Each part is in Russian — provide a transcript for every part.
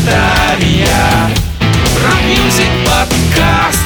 Артария. Рок-мьюзик подкаст.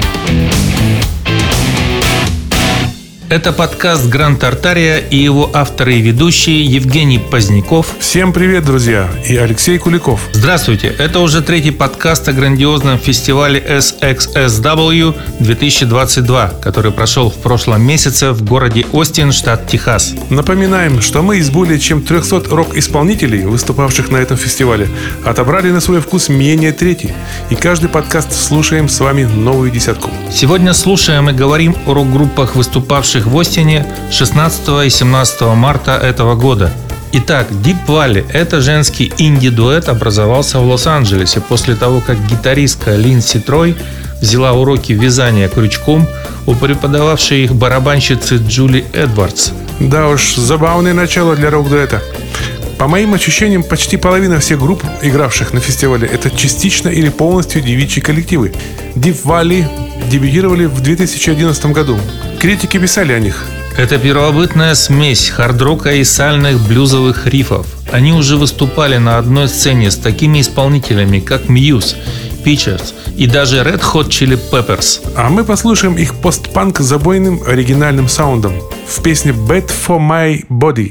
Это подкаст «Гранд Артария» и его авторы и ведущие Евгений Поздняков. Всем привет, друзья! И Алексей Куликов. Здравствуйте! Это уже третий подкаст о грандиозном фестивале SXSW 2022, который прошел в прошлом месяце в городе Остин, штат Техас. Напоминаем, что мы из более чем 300 рок-исполнителей, выступавших на этом фестивале, отобрали на свой вкус менее трети. И каждый подкаст слушаем с вами новую десятку. Сегодня слушаем и говорим о рок-группах, выступавших в Остине 16 и 17 марта этого года. Итак, Deep Valley – это женский инди-дуэт, образовался в Лос-Анджелесе после того, как гитаристка Линдси Трой взяла уроки вязания крючком у преподававшей их барабанщицы Джули Эдвардс. Да уж, забавное начало для рок-дуэта. По моим ощущениям, почти половина всех групп, игравших на фестивале, это частично или полностью девичьи коллективы. Deep Valley дебютировали в 2011 году. Критики писали о них. Это первобытная смесь хард-рока и сальных блюзовых рифов. Они уже выступали на одной сцене с такими исполнителями, как Muse, Peaches и даже Red Hot Chili Peppers. А мы послушаем их постпанк с забойным оригинальным саундом в песне Bad for My Body.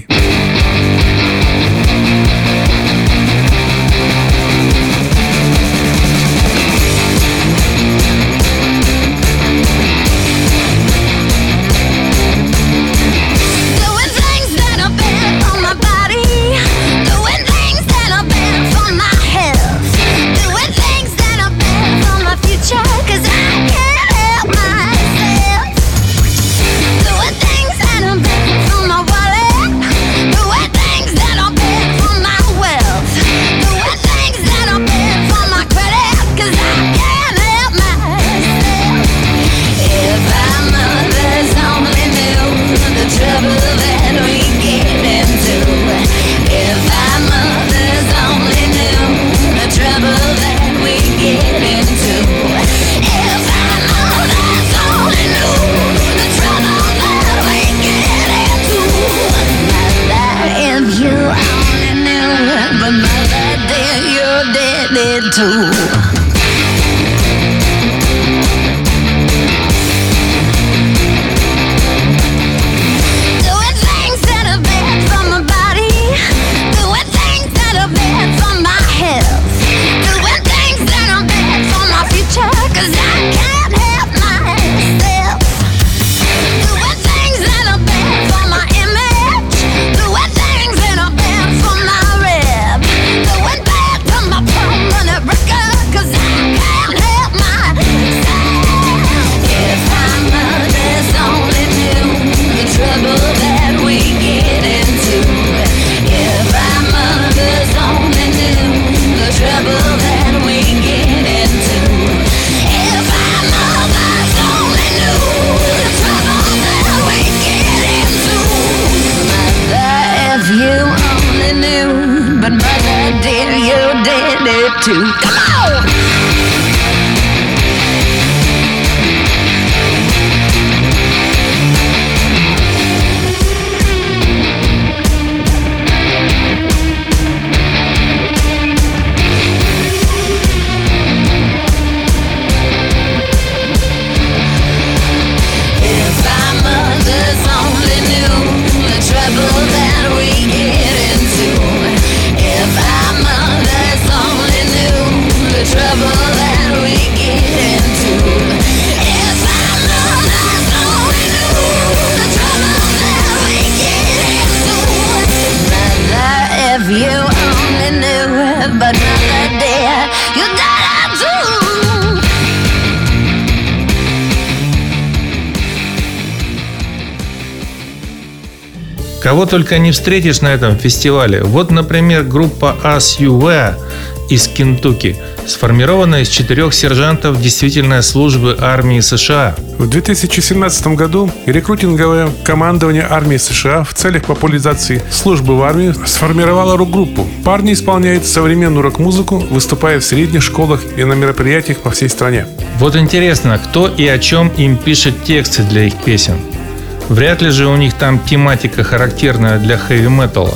Кого только не встретишь на этом фестивале. Вот, например, группа As You Were из Кентукки, сформирована из 4 сержантов действительной службы армии США. В 2017 году рекрутинговое командование армии США в целях популяризации службы в армии сформировало рок-группу. Парни исполняют современную рок-музыку, выступая в средних школах и на мероприятиях по всей стране. Вот интересно, кто и о чем им пишет тексты для их песен. Вряд ли же у них там тематика характерная для хэви-металла.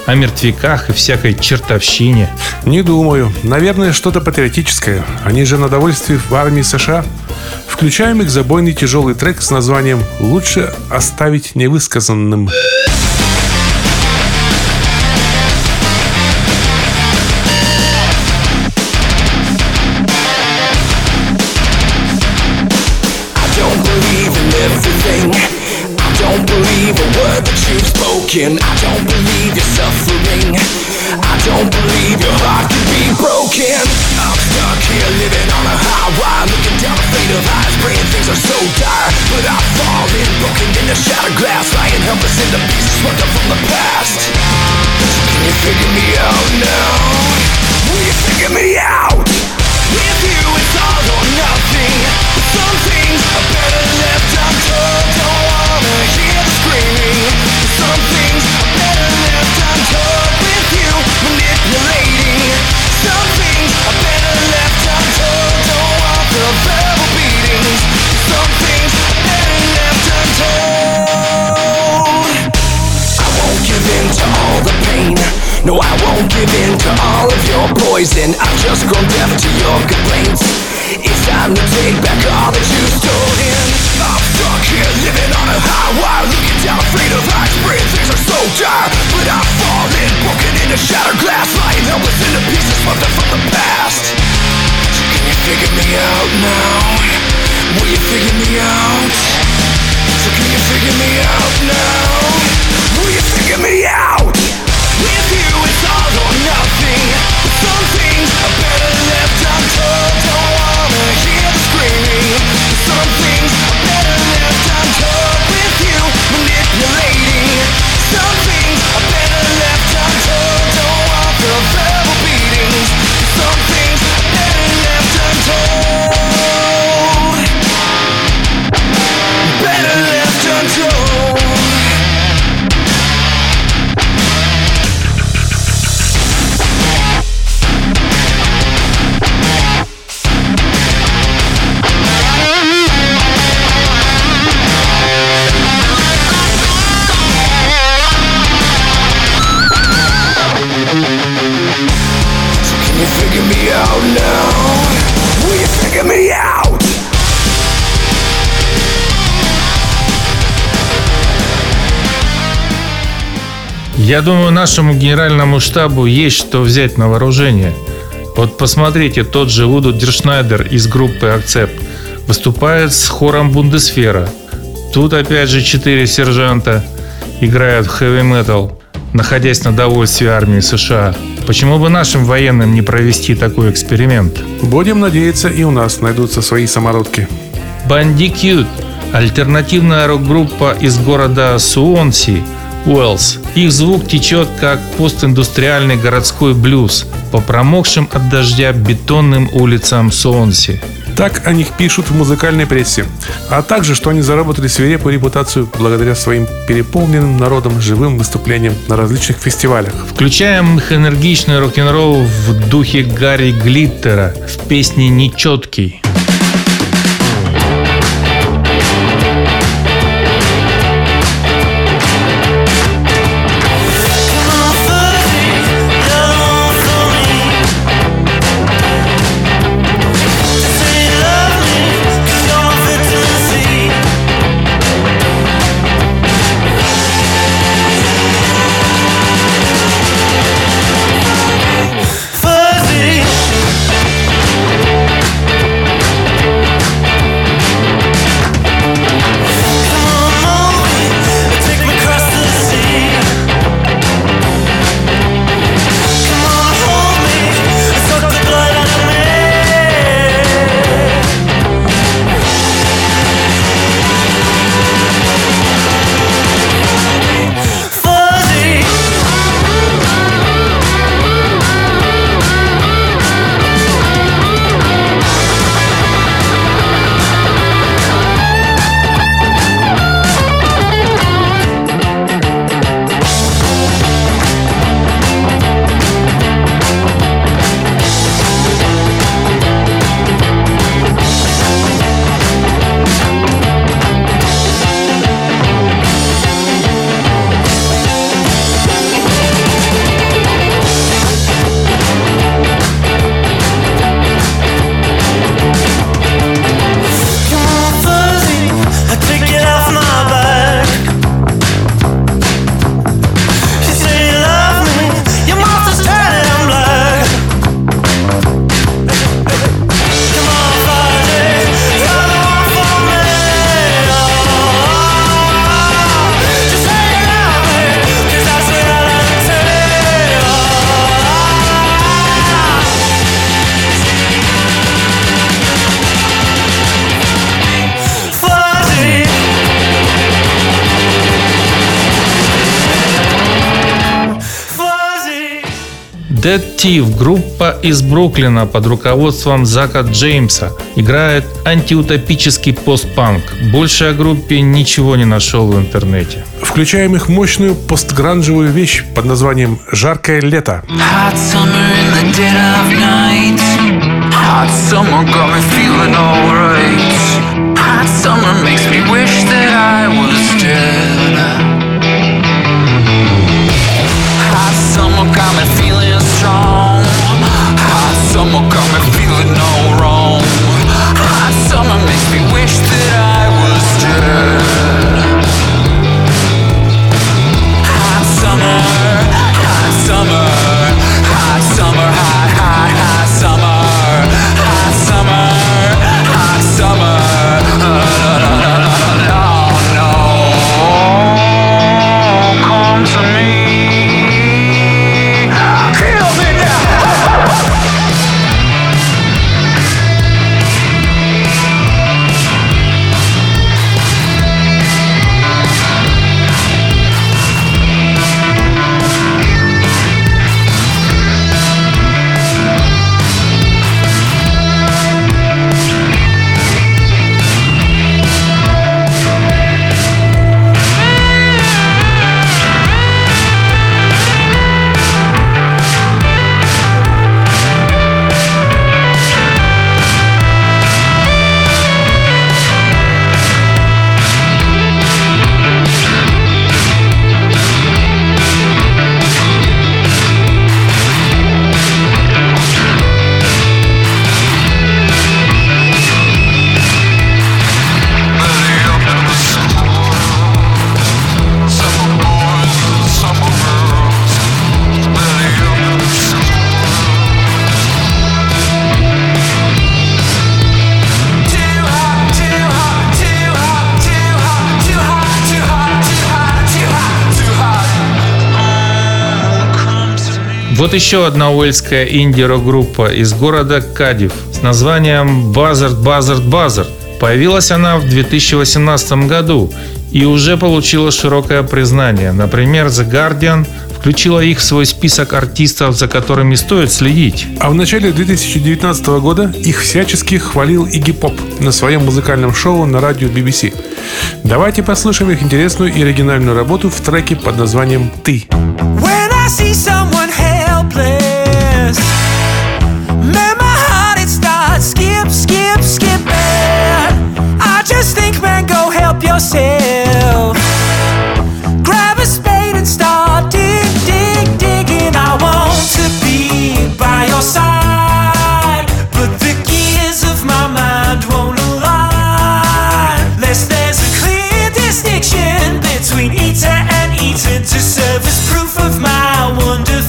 о мертвяках и всякой чертовщине. Не думаю. Наверное, что-то патриотическое. Они же на довольстве в армии США. Включаем их забойный тяжелый трек с названием «Лучше оставить невысказанным». Don't believe a word that you've spoken. I don't believe you're suffering. I don't believe your heart can be broken. I'm stuck here living on a high wire, looking down a fate of eyes, praying things are so dire. But I've fallen, broken into shattered glass, lying helpless in the pieces swept up from the past. Can you figure me out now? Will you figure me out? With you it's all or nothing. Some things are better left untold. Don't wanna hear the screaming. Some things are better left untold. With you manipulating. Some things are better left untold. Don't want the verbal beatings. Some things are better left untold. I won't give in to all the pain. No, I won't give in to all of your poison. I've just grown deaf to your complaints. It's time to take back all that you stole in. I'm stuck here living on a high wire, looking down a fleet of ice, praying things are so dire. But I've fallen, broken into shattered glass, lying helpless into pieces swept up from the past. So can you figure me out now? Will you figure me out? So can you figure me out now? Will you figure me out? With you it's all or nothing. Some things are better left untold. Don't wanna hear the screaming. Some things are better left untold. With you manipulating. Some things are better left untold. Don't want the verbal beatings. Some things are better left untold. Better left untold. Figure me out now. Will you figure me out? Я думаю, нашему генеральному штабу есть что взять на вооружение. Вот посмотрите, тот же Уdo Dirschneider из группы «Акцепт» выступает с хором Бундесвера. Тут опять же 4 сержанта играют в хэви-метал, находясь на довольстве армии США. Почему бы нашим военным не провести такой эксперимент? Будем надеяться, и у нас найдутся свои самородки. Bandicoot – альтернативная рок-группа из города Суонси, Уэльс. Их звук течет как постиндустриальный городской блюз по промокшим от дождя бетонным улицам Суонси. Так о них пишут в музыкальной прессе. А также, что они заработали свирепую репутацию благодаря своим переполненным народом живым выступлениям на различных фестивалях. Включаем их энергичный рок-н-ролл в духе Гарри Глиттера в песне «Нечеткий». Dead Thief, группа из Бруклина под руководством Зака Джеймса, играет антиутопический постпанк. Больше о группе ничего не нашел в интернете. Включаем их мощную постгранжевую вещь под названием «Жаркое лето». Hot summer in the dead of night. Hot summer got me feeling alright. Hot summer makes me wish that I was dead. Hot summer got me feeling strong. Hot summer got me feeling no wrong. Hot summer makes me wish that I was dead. Hot summer, hot summer, hot summer, hot, hot, hot summer, hot summer, hot summer. No, no, come to me. Kill me now. Вот еще одна уэльская инди-рок-группа из города Кадиф с названием Buzzard, Buzzard, Buzzard. Появилась она в 2018 году и уже получила широкое признание. Например, The Guardian включила их в свой список артистов, за которыми стоит следить. А в начале 2019 года их всячески хвалил Игги Поп на своем музыкальном шоу на радио BBC. Давайте послушаем их интересную и оригинальную работу в треке под названием «Ты». Man, my heart, it starts skip, skip, skipping. I just think, man, go help yourself. Grab a spade and start dig, dig, digging. I want to be by your side, but the gears of my mind won't align. Lest there's a clear distinction between eater and eaten to serve as proof of my wonder.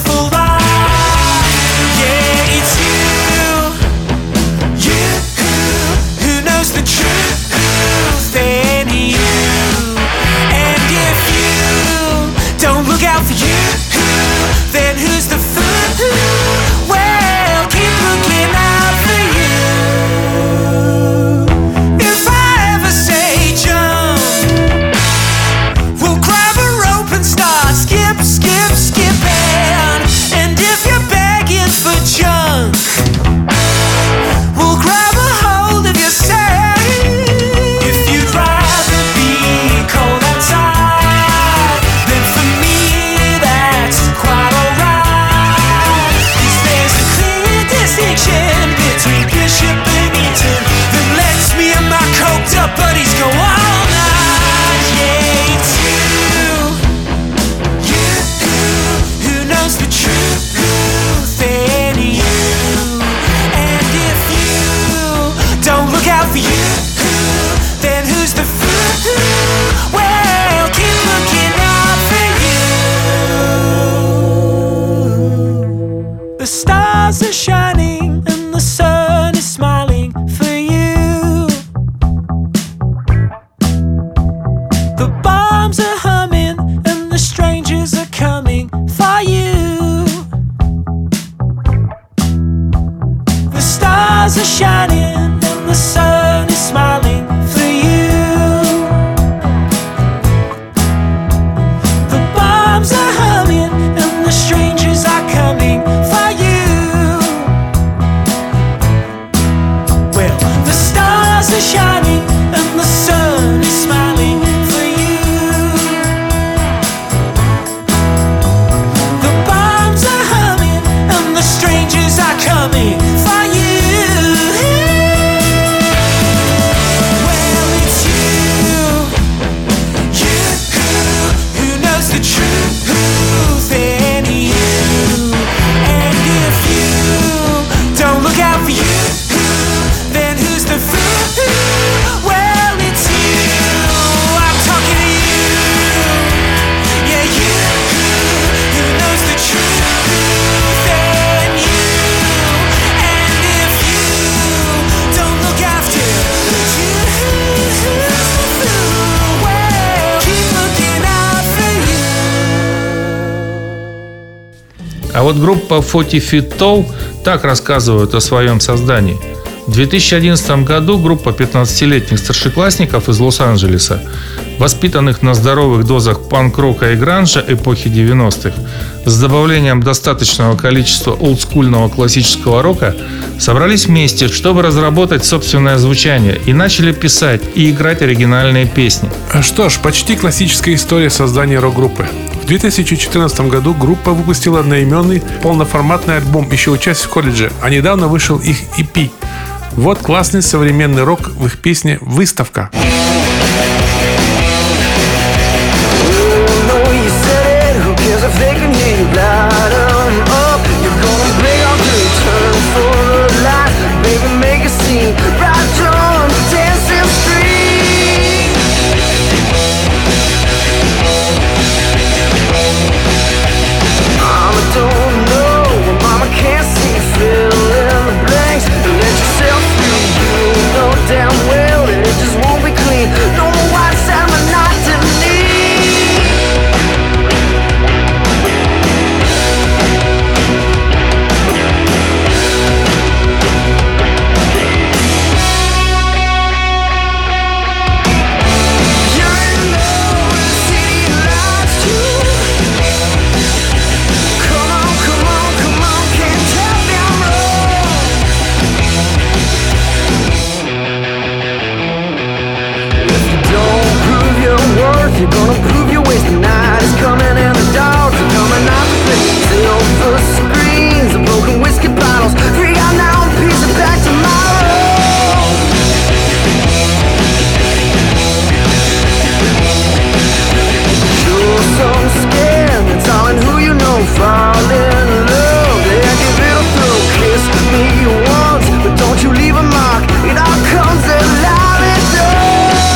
А вот группа 40 Feet Tall так рассказывают о своем создании. В 2011 году группа 15-летних старшеклассников из Лос-Анджелеса, воспитанных на здоровых дозах панк-рока и гранжа эпохи 90-х, с добавлением достаточного количества олдскульного классического рока, собрались вместе, чтобы разработать собственное звучание, и начали писать и играть оригинальные песни. Что ж, почти классическая история создания рок-группы. В 2014 году группа выпустила одноименный полноформатный альбом, еще учась в колледже, а недавно вышел их EP. Вот классный современный рок в их песне «Выставка». You're gonna prove your ways. The night is coming and the dogs are coming out to play. Silver screens and broken whiskey bottles. Free out now and piece it back tomorrow. Show some skin and telling who you know. Fall in love, yeah, give it a throw. Kiss me once, but don't you leave a mark. It all comes alive and done.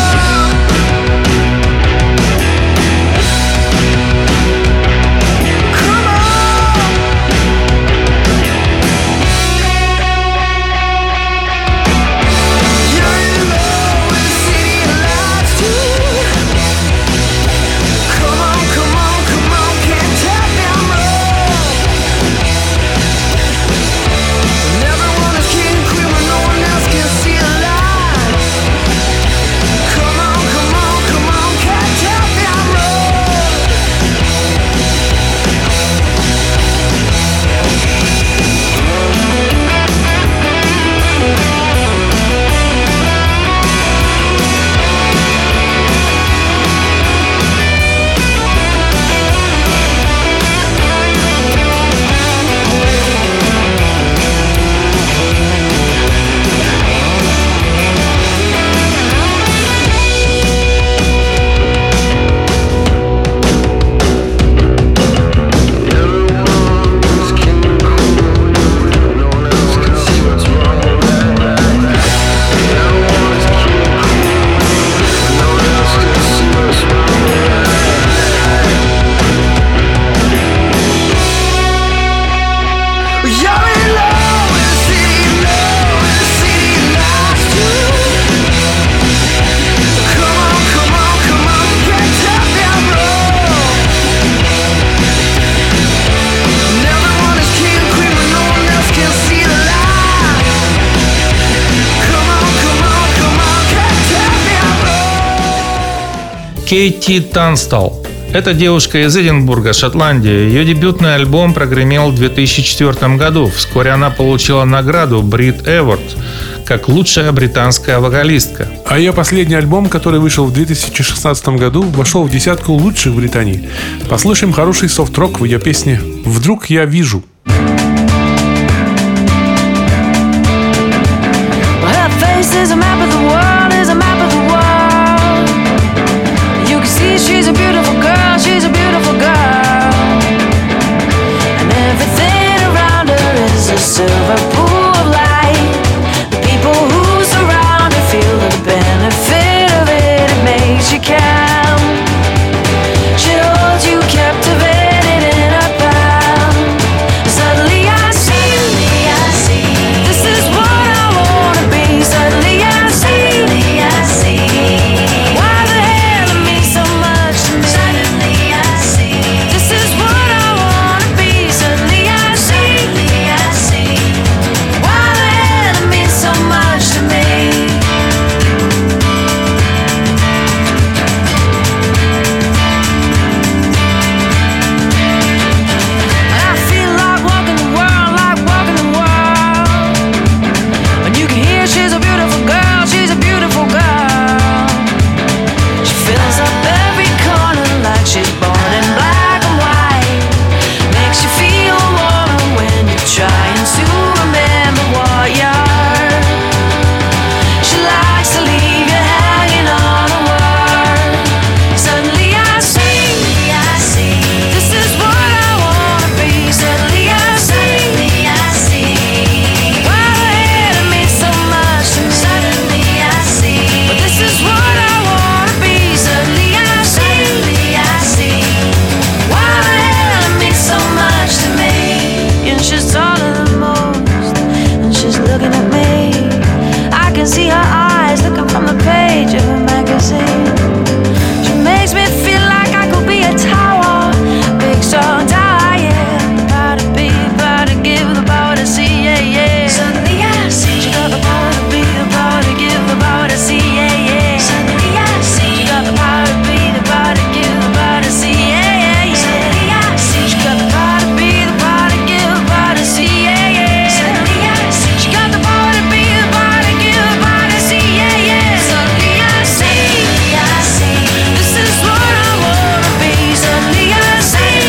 Кейти Танстал. Эта девушка из Эдинбурга, Шотландия. Ее дебютный альбом прогремел в 2004 году. Вскоре она получила награду Brit Award как лучшая британская вокалистка. А ее последний альбом, который вышел в 2016 году, вошел в десятку лучших в Британии. Послушаем хороший софт-рок в ее песне «Вдруг я вижу». She's a beautiful girl, she's a beautiful girl. And everything around her is a silver pool of light. The people who surround her feel the benefit of it. It makes you count. She holds you captivated in her palm. Suddenly I see, this is what I wanna be. Suddenly I see, why the hell it means so much to me. she's taller than most, and she's looking at me. I can see her eyes looking from the page of a magazine. She makes me feel like I could be a tower, big strong tower, yeah. The power to be, the power to give, the power to see, yeah, yeah. Suddenly I see she got the power to be, the power to give, the power to see, yeah, yeah. Suddenly I see she got the power to be, the power to give, the power to see, yeah, yeah, yeah. Suddenly I see she got the power to be, the power to give, the power to see, yeah, yeah. Suddenly I see she got the power to be, the power to give, the power to see, yeah, yeah. Suddenly I see this is what I wanna be. Suddenly I see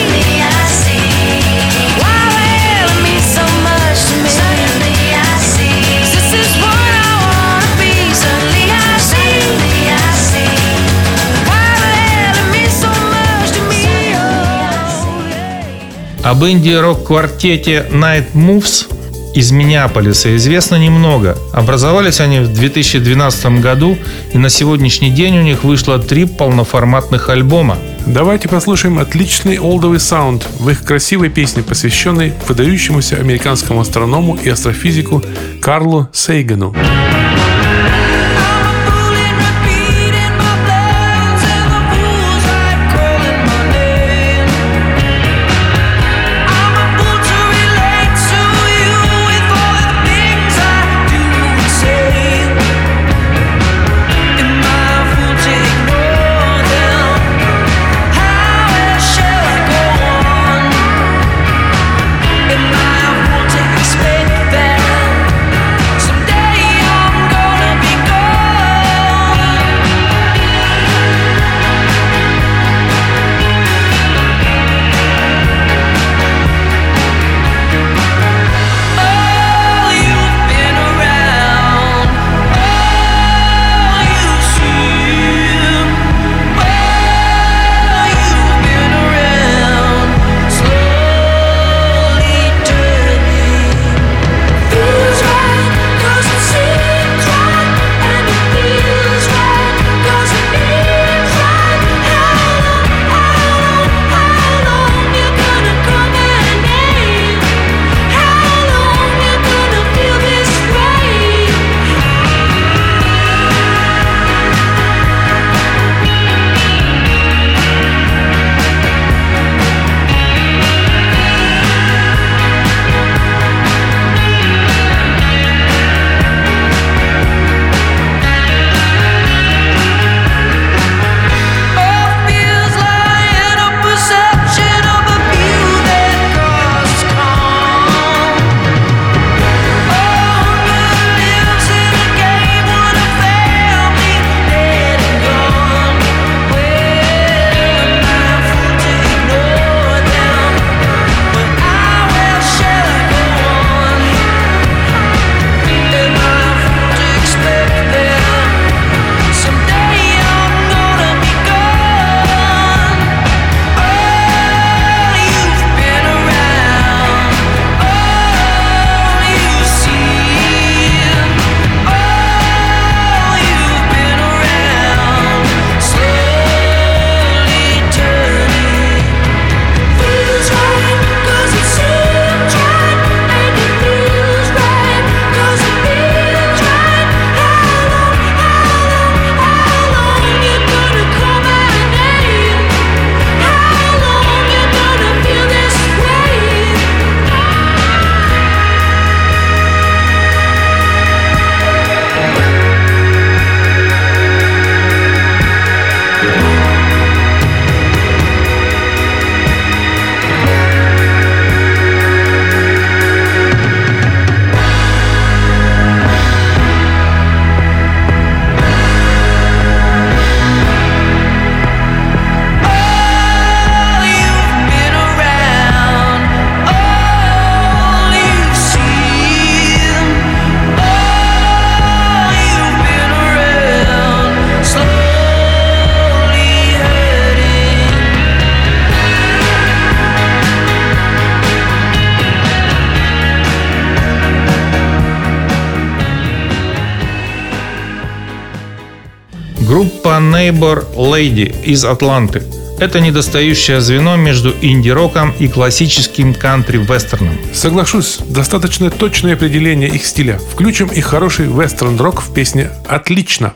why it means so much to me. Suddenly I see this is what I wanna be. Suddenly I see why it means so much to me. Об инди-рок-квартете Night Moves из Миннеаполиса известно немного. Образовались они в 2012 году, и на сегодняшний день у них вышло 3 полноформатных альбома. Давайте послушаем отличный олдовый саунд в их красивой песне, посвященной выдающемуся американскому астроному и астрофизику Карлу Сейгану. Группа Neighbor Lady из Атланты. Это недостающее звено между инди-роком и классическим кантри-вестерном. Соглашусь, достаточно точное определение их стиля. Включим их хороший вестерн-рок в песне «Отлично».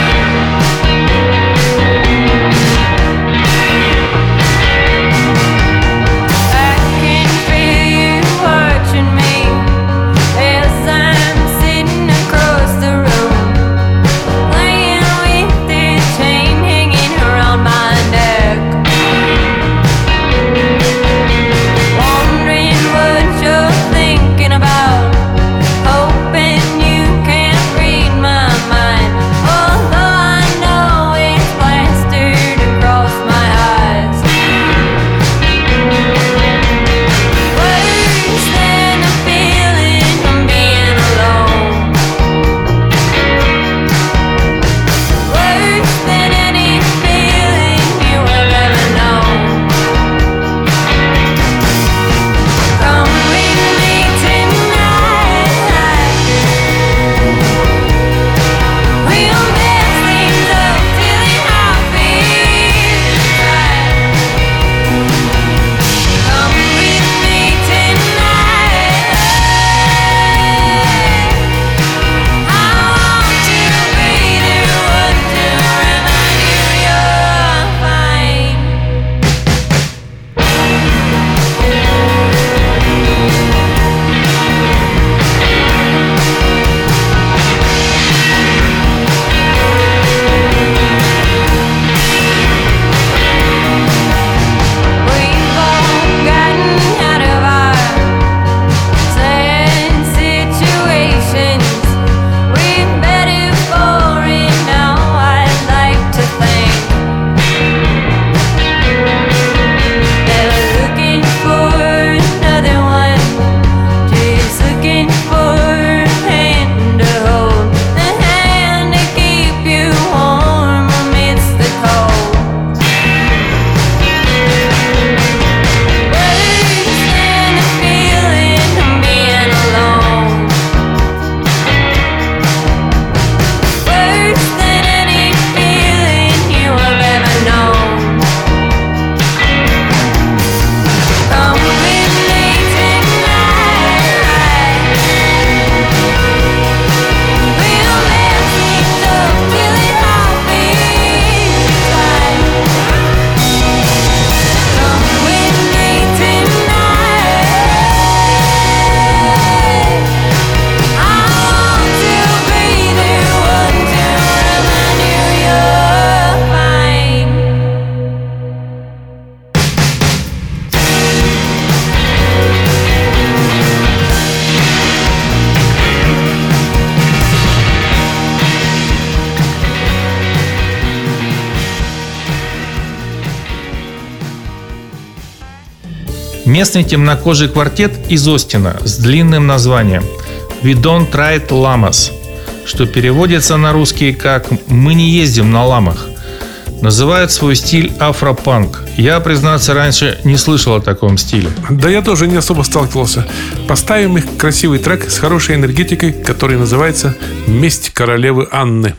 Местный темнокожий квартет из Остина с длинным названием «We Don't Ride Llamas», что переводится на русский как «Мы не ездим на ламах». Называют свой стиль афропанк. Я, признаться, раньше не слышал о таком стиле. Да я тоже не особо сталкивался. Поставим их красивый трек с хорошей энергетикой, который называется «Месть королевы Анны».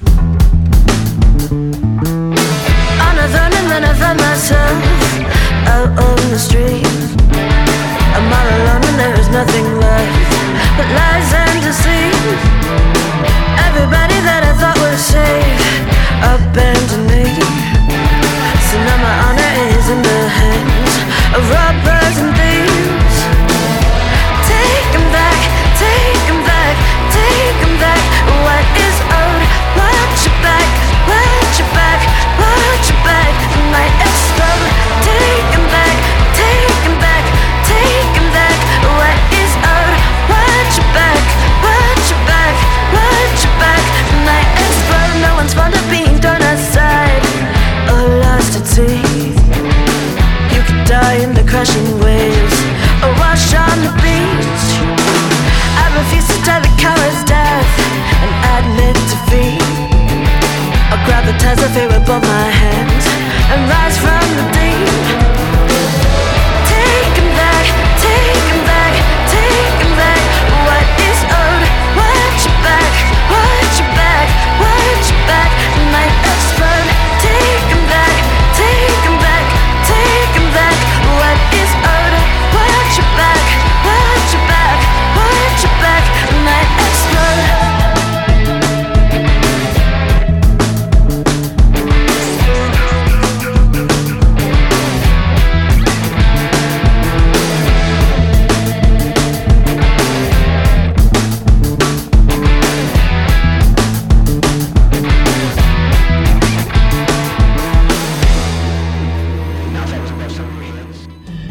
Nothing left but lies and deceit. Everybody that I thought was safe abandoned me. So now my honor is in the hands of robbers and thieves. Take 'em back, take 'em back, take 'em back. What is owed? Watch your back, watch your back, watch your back. Might explode. Take 'em back, take 'em back, take 'em back. What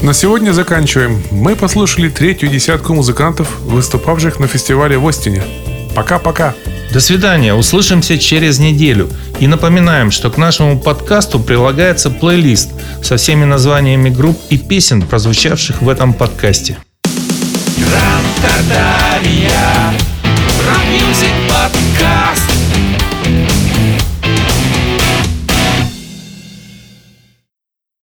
На сегодня заканчиваем. Мы послушали третью десятку музыкантов, выступавших на фестивале в Остине. Пока-пока. До свидания, услышимся через неделю. И напоминаем, что к нашему подкасту прилагается плейлист со всеми названиями групп и песен, прозвучавших в этом подкасте. Рок-Мьюзик.